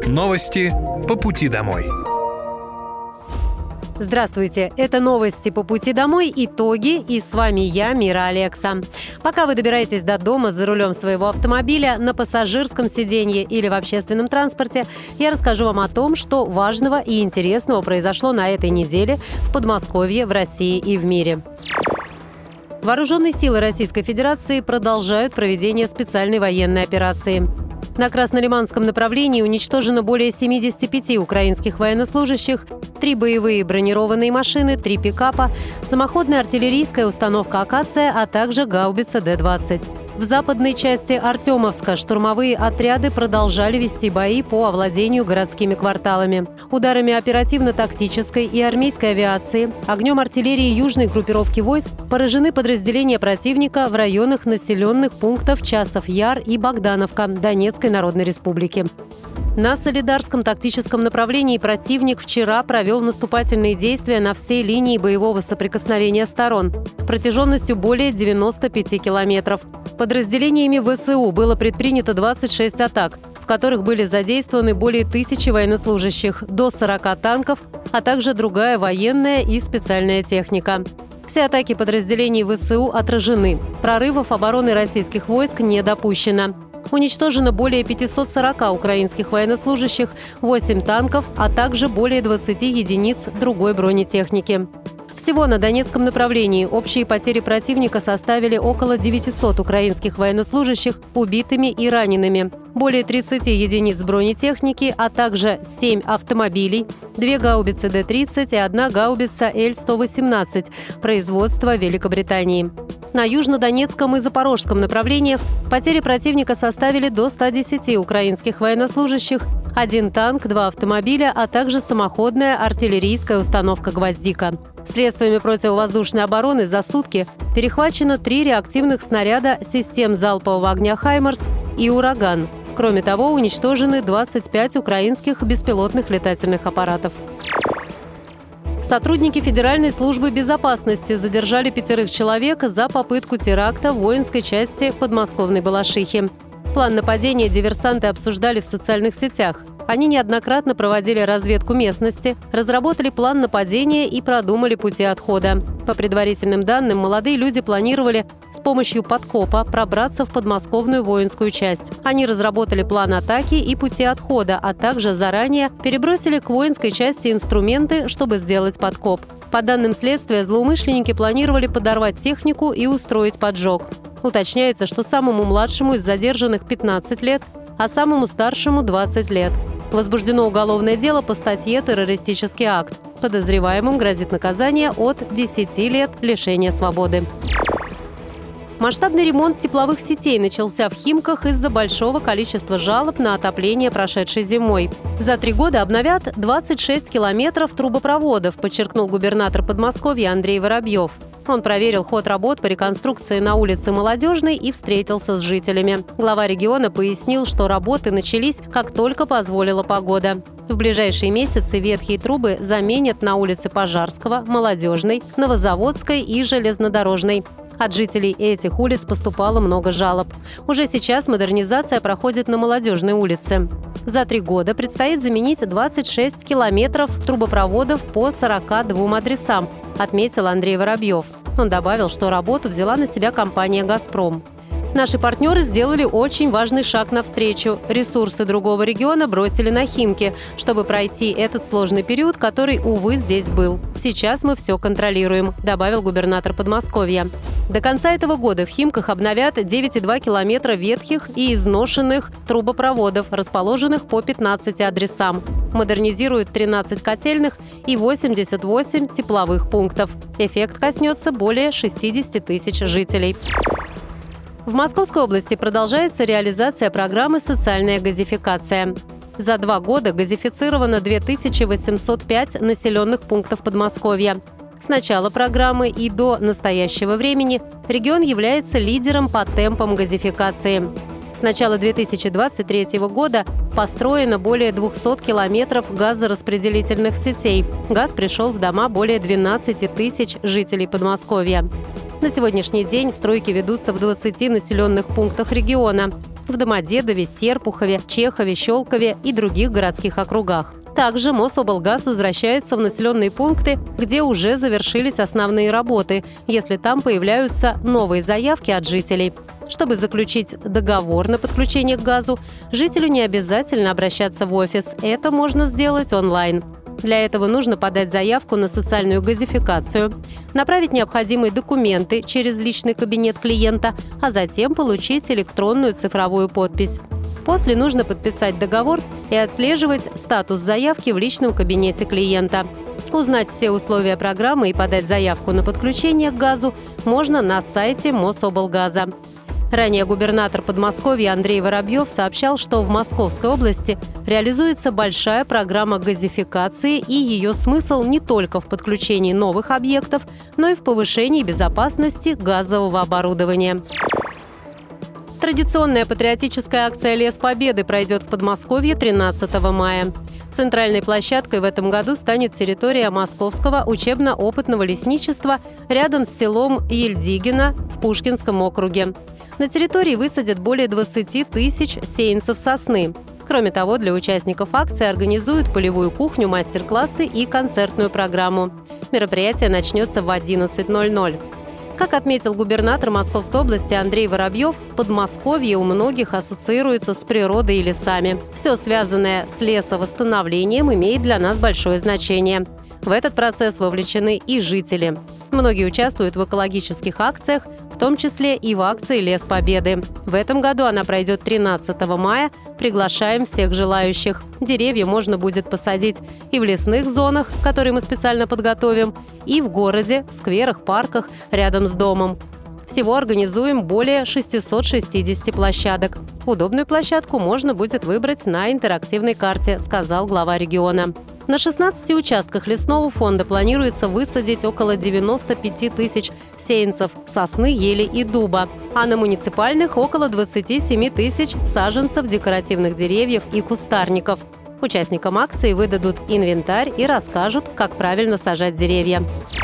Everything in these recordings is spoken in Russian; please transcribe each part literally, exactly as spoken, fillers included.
Новости по пути домой. Здравствуйте, это новости по пути домой, итоги, и с вами я, Мира Алекса. Пока вы добираетесь до дома за рулем своего автомобиля, на пассажирском сиденье или в общественном транспорте, я расскажу вам о том, что важного и интересного произошло на этой неделе в Подмосковье, в России и в мире. Вооруженные силы Российской Федерации продолжают проведение специальной военной операции. На Краснолиманском направлении уничтожено более семидесяти пяти украинских военнослужащих, три боевые бронированные машины, три пикапа, самоходная артиллерийская установка «Акация», а также гаубица Д двадцать. В западной части Артемовска штурмовые отряды продолжали вести бои по овладению городскими кварталами. Ударами оперативно-тактической и армейской авиации, огнем артиллерии южной группировки войск поражены подразделения противника в районах населенных пунктов Часов Яр и Богдановка Донецкой Народной Республики. На Солидарском тактическом направлении противник вчера провел наступательные действия на всей линии боевого соприкосновения сторон протяженностью более девяноста пяти километров. Подразделениями ВСУ было предпринято двадцать шесть атак, в которых были задействованы более тысячи военнослужащих, до сорока танков, а также другая военная и специальная техника. Все атаки подразделений ВСУ отражены. Прорывов обороны российских войск не допущено. Уничтожено более пятисот сорока украинских военнослужащих, восемь танков, а также более двадцати единиц другой бронетехники. Всего на Донецком направлении общие потери противника составили около девятисот украинских военнослужащих убитыми и ранеными, более тридцати единиц бронетехники, а также семь автомобилей, две гаубицы Д тридцать и одна гаубица Л сто восемнадцать производства Великобритании. На Южнодонецком и Запорожском направлениях потери противника составили до ста десяти украинских военнослужащих, один танк, два автомобиля, а также самоходная артиллерийская установка «Гвоздика». Средствами противовоздушной обороны за сутки перехвачено три реактивных снаряда систем залпового огня «Хаймарс» и «Ураган». Кроме того, уничтожены двадцать пять украинских беспилотных летательных аппаратов. Сотрудники Федеральной службы безопасности задержали пятерых человек за попытку теракта в воинской части подмосковной Балашихи. План нападения диверсанты обсуждали в социальных сетях. Они неоднократно проводили разведку местности, разработали план нападения и продумали пути отхода. По предварительным данным, молодые люди планировали с помощью подкопа пробраться в подмосковную воинскую часть. Они разработали план атаки и пути отхода, а также заранее перебросили к воинской части инструменты, чтобы сделать подкоп. По данным следствия, злоумышленники планировали подорвать технику и устроить поджог. Уточняется, что самому младшему из задержанных пятнадцать лет, а самому старшему двадцать лет. Возбуждено уголовное дело по статье «Террористический акт». Подозреваемым грозит наказание от десяти лет лишения свободы. Масштабный ремонт тепловых сетей начался в Химках из-за большого количества жалоб на отопление прошедшей зимой. За три года обновят двадцать шесть километров трубопроводов, подчеркнул губернатор Подмосковья Андрей Воробьев. Он проверил ход работ по реконструкции на улице Молодежной и встретился с жителями. Глава региона пояснил, что работы начались, как только позволила погода. В ближайшие месяцы ветхие трубы заменят на улице Пожарского, Молодежной, Новозаводской и Железнодорожной. От жителей этих улиц поступало много жалоб. Уже сейчас модернизация проходит на Молодежной улице. За три года предстоит заменить двадцать шесть километров трубопроводов по сорока двум адресам, отметил Андрей Воробьев. Он добавил, что работу взяла на себя компания «Газпром». Наши партнеры сделали очень важный шаг навстречу. Ресурсы другого региона бросили на Химки, чтобы пройти этот сложный период, который, увы, здесь был. Сейчас мы все контролируем, добавил губернатор Подмосковья. До конца этого года в Химках обновят девять и два километра ветхих и изношенных трубопроводов, расположенных по пятнадцати адресам. Модернизируют тринадцать котельных и восемьдесят восемь тепловых пунктов. Эффект коснется более шестидесяти тысяч жителей. В Московской области продолжается реализация программы «Социальная газификация». За два года газифицировано две тысячи восемьсот пять населенных пунктов Подмосковья. С начала программы и до настоящего времени регион является лидером по темпам газификации. С начала две тысячи двадцать третьего года построено более двухсот километров газораспределительных сетей. Газ пришел в дома более двенадцати тысяч жителей Подмосковья. На сегодняшний день стройки ведутся в двадцати населенных пунктах региона. в Домодедове, Серпухове, Чехове, Щелкове и других городских округах. Также Мособлгаз возвращается в населенные пункты, где уже завершились основные работы, если там появляются новые заявки от жителей. Чтобы заключить договор на подключение к газу, жителю не обязательно обращаться в офис. Это можно сделать онлайн. Для этого нужно подать заявку на социальную газификацию, направить необходимые документы через личный кабинет клиента, а затем получить электронную цифровую подпись. После нужно подписать договор и отслеживать статус заявки в личном кабинете клиента. Узнать все условия программы и подать заявку на подключение к газу можно на сайте Мособлгаза. Ранее губернатор Подмосковья Андрей Воробьев сообщал, что в Московской области реализуется большая программа газификации, и ее смысл не только в подключении новых объектов, но и в повышении безопасности газового оборудования. Традиционная патриотическая акция «Лес Победы» пройдет в Подмосковье тринадцатого мая. Центральной площадкой в этом году станет территория Московского учебно-опытного лесничества рядом с селом Ельдигино в Пушкинском округе. На территории высадят более двадцати тысяч сеянцев сосны. Кроме того, для участников акции организуют полевую кухню, мастер-классы и концертную программу. Мероприятие начнется в одиннадцать ноль ноль. Как отметил губернатор Московской области Андрей Воробьев, Подмосковье у многих ассоциируется с природой и лесами. Все связанное с лесовосстановлением имеет для нас большое значение. В этот процесс вовлечены и жители. Многие участвуют в экологических акциях, в том числе и в акции «Лес Победы». В этом году она пройдет тринадцатого мая. Приглашаем всех желающих. Деревья можно будет посадить и в лесных зонах, которые мы специально подготовим, и в городе, скверах, парках рядом с домом. Всего организуем более шестисот шестидесяти площадок. Удобную площадку можно будет выбрать на интерактивной карте, сказал глава региона. На шестнадцати участках лесного фонда планируется высадить около девяноста пяти тысяч сеянцев сосны, ели и дуба, а на муниципальных – около двадцати семи тысяч саженцев декоративных деревьев и кустарников. Участникам акции выдадут инвентарь и расскажут, как правильно сажать деревья.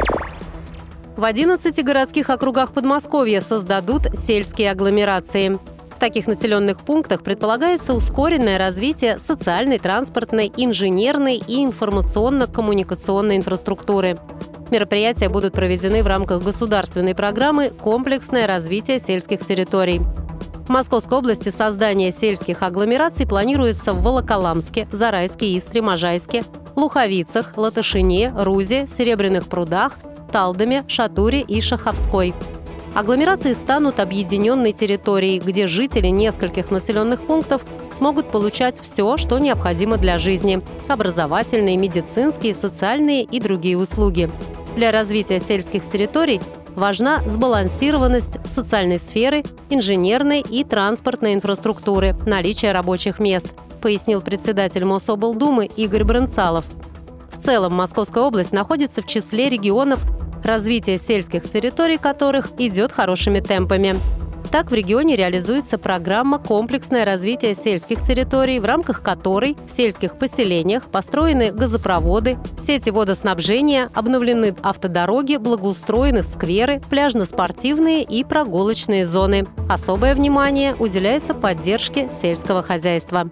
В одиннадцати городских округах Подмосковья создадут сельские агломерации. В таких населенных пунктах предполагается ускоренное развитие социальной, транспортной, инженерной и информационно-коммуникационной инфраструктуры. Мероприятия будут проведены в рамках государственной программы «Комплексное развитие сельских территорий». В Московской области создание сельских агломераций планируется в Волоколамске, Зарайске, Истре, Можайске, Луховицах, Латышине, Рузе, Серебряных прудах, Талдоме, Шатуре и Шаховской. Агломерации станут объединенной территорией, где жители нескольких населенных пунктов смогут получать все, что необходимо для жизни – образовательные, медицинские, социальные и другие услуги. Для развития сельских территорий важна сбалансированность социальной сферы, инженерной и транспортной инфраструктуры, наличие рабочих мест, пояснил председатель Мособлдумы Игорь Брынцалов. В целом Московская область находится в числе регионов, развитие сельских территорий которых идет хорошими темпами. Так, в регионе реализуется программа «Комплексное развитие сельских территорий», в рамках которой в сельских поселениях построены газопроводы, сети водоснабжения, обновлены автодороги, благоустроены скверы, пляжно-спортивные и прогулочные зоны. Особое внимание уделяется поддержке сельского хозяйства.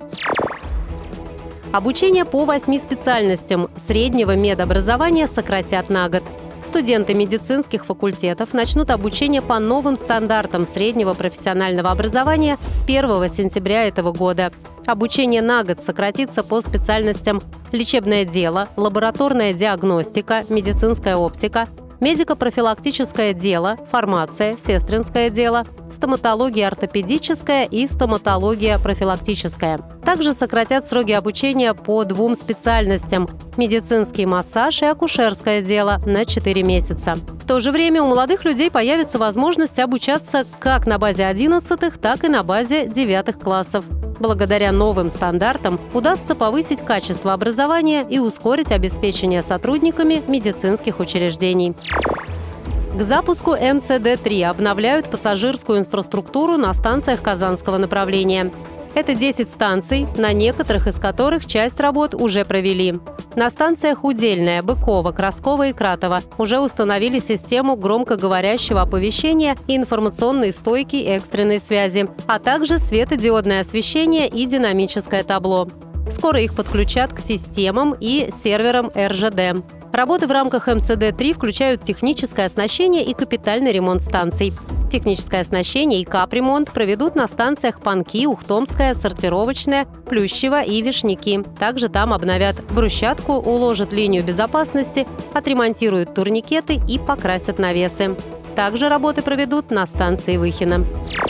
Обучение по восьми специальностям среднего медобразования сократят на год. Студенты медицинских факультетов начнут обучение по новым стандартам среднего профессионального образования с первого сентября этого года. Обучение на год сократится по специальностям лечебное дело, лабораторная диагностика, медицинская оптика, медико-профилактическое дело, фармация, сестринское дело, стоматология ортопедическая и стоматология профилактическая. Также сократят сроки обучения по двум специальностям – медицинский массаж и акушерское дело на четыре месяца. В то же время у молодых людей появится возможность обучаться как на базе одиннадцатых, так и на базе девятых классов. Благодаря новым стандартам удастся повысить качество образования и ускорить обеспечение сотрудниками медицинских учреждений. К запуску эм цэ дэ три обновляют пассажирскую инфраструктуру на станциях Казанского направления. Это десять станций, на некоторых из которых часть работ уже провели. На станциях Удельная, Быково, Красково и Кратово уже установили систему громкоговорящего оповещения и информационной стойки экстренной связи, а также светодиодное освещение и динамическое табло. Скоро их подключат к системам и серверам эр жэ дэ. Работы в рамках эм цэ дэ три включают техническое оснащение и капитальный ремонт станций. Техническое оснащение и капремонт проведут на станциях Панки, Ухтомская, Сортировочная, Плющево и Вишняки. Также там обновят брусчатку, уложат линию безопасности, отремонтируют турникеты и покрасят навесы. Также работы проведут на станции Выхино.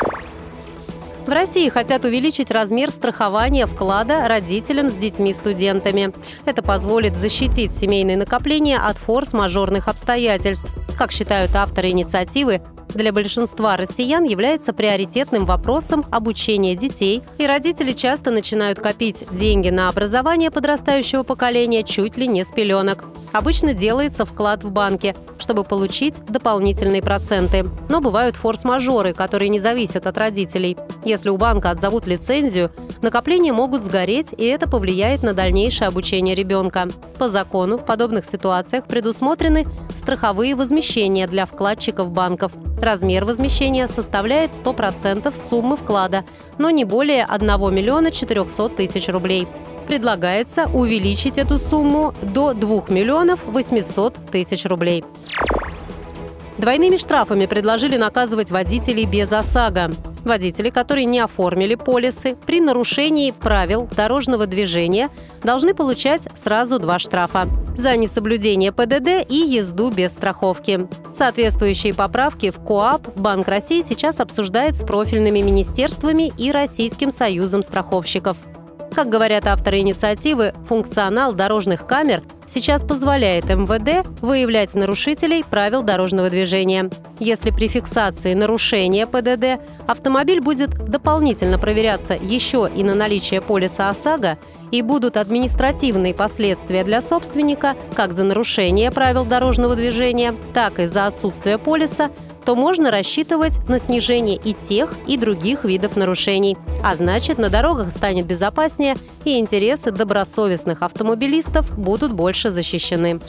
В России хотят увеличить размер страхования вклада родителям с детьми-студентами. Это позволит защитить семейные накопления от форс-мажорных обстоятельств. Как считают авторы инициативы, для большинства россиян является приоритетным вопросом обучение детей, и родители часто начинают копить деньги на образование подрастающего поколения чуть ли не с пеленок. Обычно делается вклад в банке, чтобы получить дополнительные проценты. Но бывают форс-мажоры, которые не зависят от родителей. Если у банка отзовут лицензию, накопления могут сгореть, и это повлияет на дальнейшее обучение ребенка. По закону в подобных ситуациях предусмотрены страховые возмещения для вкладчиков банков. Размер возмещения составляет сто процентов суммы вклада, но не более одного миллиона четырехсот тысяч рублей. Предлагается увеличить эту сумму до двух миллионов восьмисот тысяч рублей. Двойными штрафами предложили наказывать водителей без ОСАГО. Водители, которые не оформили полисы, при нарушении правил дорожного движения должны получать сразу два штрафа – за несоблюдение пэ дэ дэ и езду без страховки. Соответствующие поправки в КоАП Банк России сейчас обсуждает с профильными министерствами и Российским союзом страховщиков. Как говорят авторы инициативы, функционал дорожных камер сейчас позволяет эм вэ дэ выявлять нарушителей правил дорожного движения. Если при фиксации нарушения пэ дэ дэ автомобиль будет дополнительно проверяться еще и на наличие полиса ОСАГО, и будут административные последствия для собственника как за нарушение правил дорожного движения, так и за отсутствие полиса, то можно рассчитывать на снижение и тех, и других видов нарушений. А значит, на дорогах станет безопаснее, и интересы добросовестных автомобилистов будут больше защищены.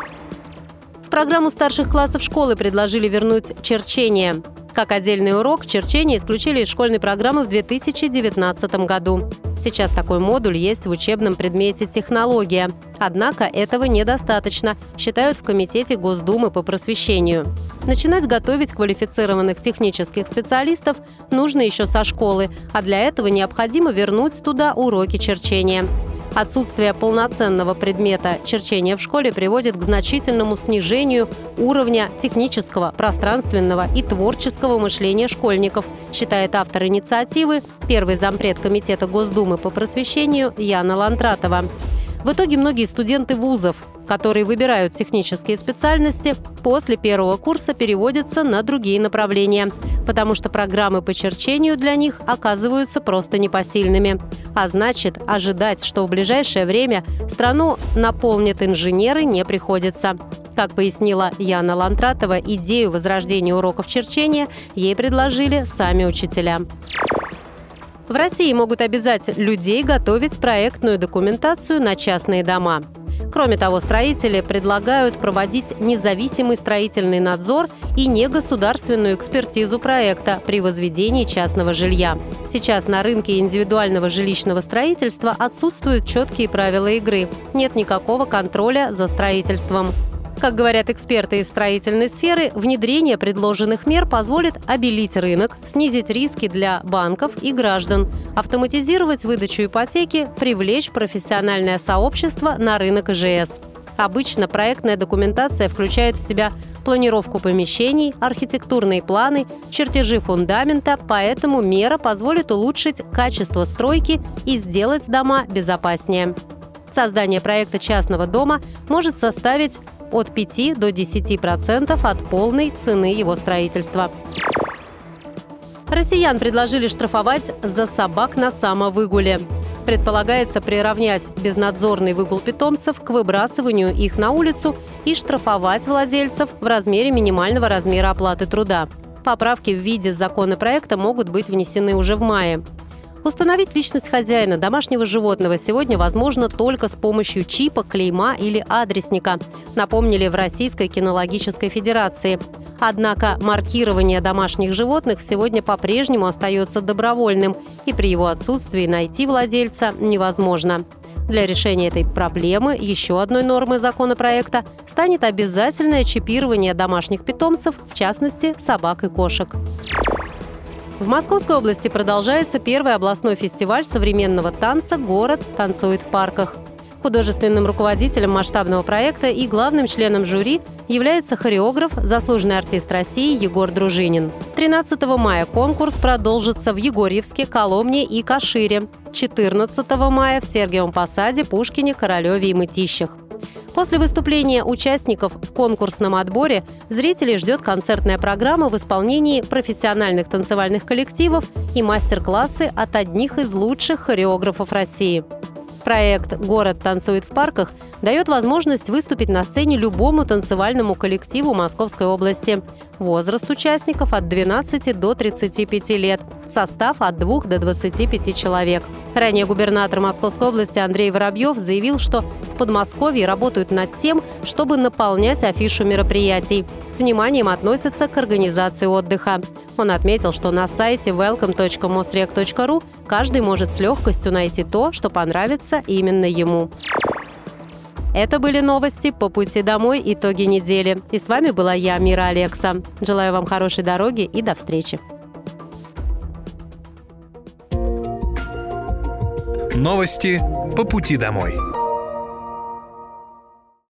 В программу старших классов школы предложили вернуть черчение. Как отдельный урок, черчение исключили из школьной программы в две тысячи девятнадцатом году. Сейчас такой модуль есть в учебном предмете «Технология». Однако этого недостаточно, считают в Комитете Госдумы по просвещению. Начинать готовить квалифицированных технических специалистов нужно еще со школы, а для этого необходимо вернуть туда уроки черчения. Отсутствие полноценного предмета черчения в школе приводит к значительному снижению уровня технического, пространственного и творческого мышления школьников, считает автор инициативы, первый зампред Комитета Госдумы по просвещению Яна Лантратова. В итоге многие студенты вузов, которые выбирают технические специальности, после первого курса переводятся на другие направления, потому что программы по черчению для них оказываются просто непосильными. А значит, ожидать, что в ближайшее время страну наполнят инженеры, не приходится. Как пояснила Яна Лантратова, идею возрождения уроков черчения ей предложили сами учителя. В России могут обязать людей готовить проектную документацию на частные дома. Кроме того, строители предлагают проводить независимый строительный надзор и негосударственную экспертизу проекта при возведении частного жилья. Сейчас на рынке индивидуального жилищного строительства отсутствуют четкие правила игры. Нет никакого контроля за строительством. Как говорят эксперты из строительной сферы, внедрение предложенных мер позволит обелить рынок, снизить риски для банков и граждан, автоматизировать выдачу ипотеки, привлечь профессиональное сообщество на рынок и жэ эс. Обычно проектная документация включает в себя планировку помещений, архитектурные планы, чертежи фундамента, поэтому мера позволит улучшить качество стройки и сделать дома безопаснее. Создание проекта частного дома может составить от пяти до десяти процентов от полной цены его строительства. Россиян предложили штрафовать за собак на самовыгуле. Предполагается приравнять безнадзорный выгул питомцев к выбрасыванию их на улицу и штрафовать владельцев в размере минимального размера оплаты труда. Поправки в виде законопроекта могут быть внесены уже в мае. Установить личность хозяина домашнего животного сегодня возможно только с помощью чипа, клейма или адресника, напомнили в Российской кинологической федерации. Однако маркирование домашних животных сегодня по-прежнему остается добровольным, и при его отсутствии найти владельца невозможно. Для решения этой проблемы еще одной нормой законопроекта станет обязательное чипирование домашних питомцев, в частности, собак и кошек. В Московской области продолжается первый областной фестиваль современного танца «Город танцует в парках». Художественным руководителем масштабного проекта и главным членом жюри является хореограф, заслуженный артист России Егор Дружинин. тринадцатого мая конкурс продолжится в Егорьевске, Коломне и Кашире. четырнадцатого мая в Сергиевом Посаде, Пушкине, Королеве и Мытищах. После выступления участников в конкурсном отборе зрителей ждет концертная программа в исполнении профессиональных танцевальных коллективов и мастер-классы от одних из лучших хореографов России. Проект «Город танцует в парках» дает возможность выступить на сцене любому танцевальному коллективу Московской области. Возраст участников от двенадцати до тридцати пяти лет. Состав от двух до двадцати пяти человек. Ранее губернатор Московской области Андрей Воробьев заявил, что в Подмосковье работают над тем, чтобы наполнять афишу мероприятий. С вниманием относятся к организации отдыха. Он отметил, что на сайте welcome точка mosrec точка ru каждый может с легкостью найти то, что понравится именно ему. Это были новости по пути домой, итоги недели. И с вами была я, Мира Алекса. Желаю вам хорошей дороги и до встречи. Новости по пути домой.